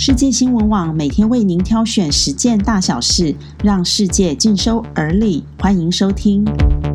世界新闻网每天为您挑选10件大小事，让世界尽收耳里。欢迎收听。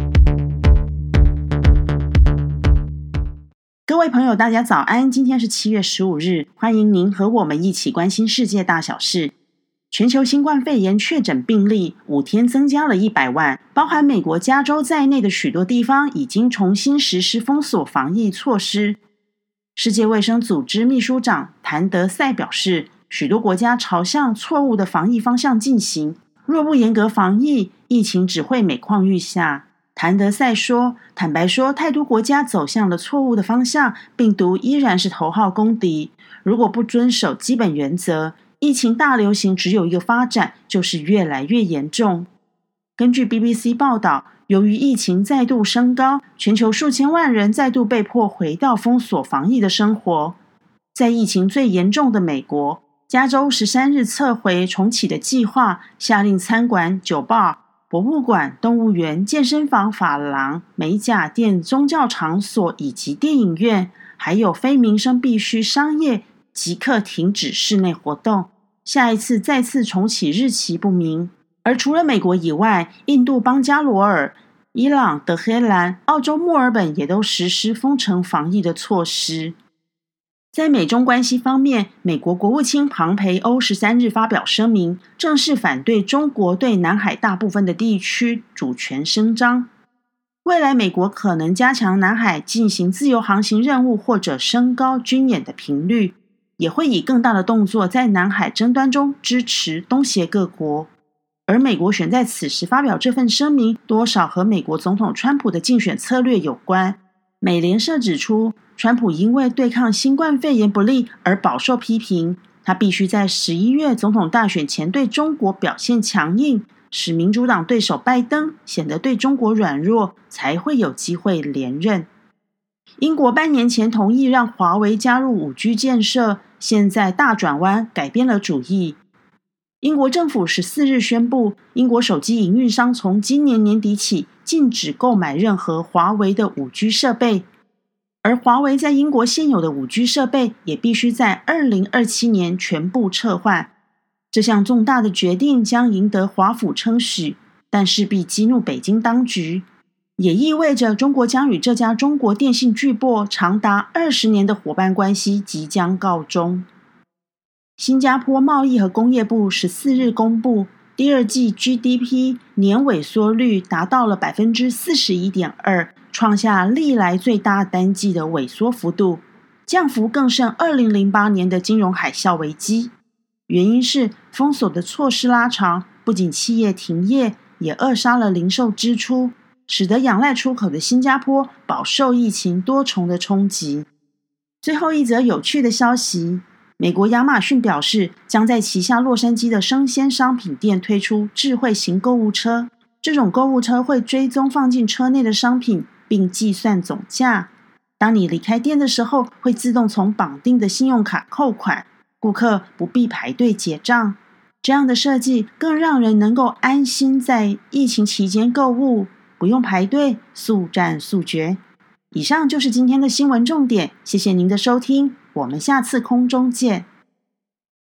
各位朋友，大家早安！今天是7月15日，欢迎您和我们一起关心世界大小事。全球新冠肺炎确诊病例5天增加了100万，包含美国加州在内的许多地方已经重新实施封锁防疫措施。世界卫生组织秘书长谭德赛表示，许多国家朝向错误的防疫方向进行，若不严格防疫，疫情只会每况愈下。谭德赛说，坦白说，太多国家走向了错误的方向，病毒依然是头号公敌。如果不遵守基本原则，疫情大流行只有一个发展，就是越来越严重。根据 BBC 报道，由于疫情再度升高，全球数千万人再度被迫回到封锁防疫的生活。在疫情最严重的美国，加州13日撤回重启的计划，下令餐馆、酒吧、博物馆、动物园、健身房、发廊、美甲店、宗教场所以及电影院，还有非民生必需商业即刻停止室内活动，下一次再次重启日期不明。而除了美国以外，印度邦加罗尔、伊朗、德黑兰、澳洲墨尔本也都实施封城防疫的措施。在美中关系方面，美国国务卿庞培欧13日发表声明，正式反对中国对南海大部分的地区主权伸张。未来美国可能加强南海进行自由航行任务，或者升高军演的频率，也会以更大的动作在南海争端中支持东协各国。而美国选在此时发表这份声明，多少和美国总统川普的竞选策略有关。美联社指出，川普因为对抗新冠肺炎不利而饱受批评，他必须在11月总统大选前对中国表现强硬，使民主党对手拜登显得对中国软弱，才会有机会连任。英国半年前同意让华为加入 5G 建设，现在大转弯，改变了主意。英国政府14日宣布，英国手机营运商从今年年底起禁止购买任何华为的 5G 设备，而华为在英国现有的 5G 设备也必须在2027年全部撤换。这项重大的决定将赢得华府称许，但势必激怒北京当局，也意味着中国将与这家中国电信巨擘长达20年的伙伴关系即将告终。新加坡贸易和工业部14日公布，第二季 GDP 年萎缩率达到了 41.2%， 创下历来最大单季的萎缩幅度，降幅更胜2008年的金融海啸危机。原因是封锁的措施拉长，不仅企业停业，也扼杀了零售支出，使得仰赖出口的新加坡饱受疫情多重的冲击。最后一则有趣的消息，美国亚马逊表示，将在旗下洛杉矶的生鲜商品店推出智慧型购物车。这种购物车会追踪放进车内的商品，并计算总价。当你离开店的时候，会自动从绑定的信用卡扣款，顾客不必排队结账。这样的设计更让人能够安心在疫情期间购物，不用排队，速战速决。以上就是今天的新闻重点，谢谢您的收听，我们下次空中见。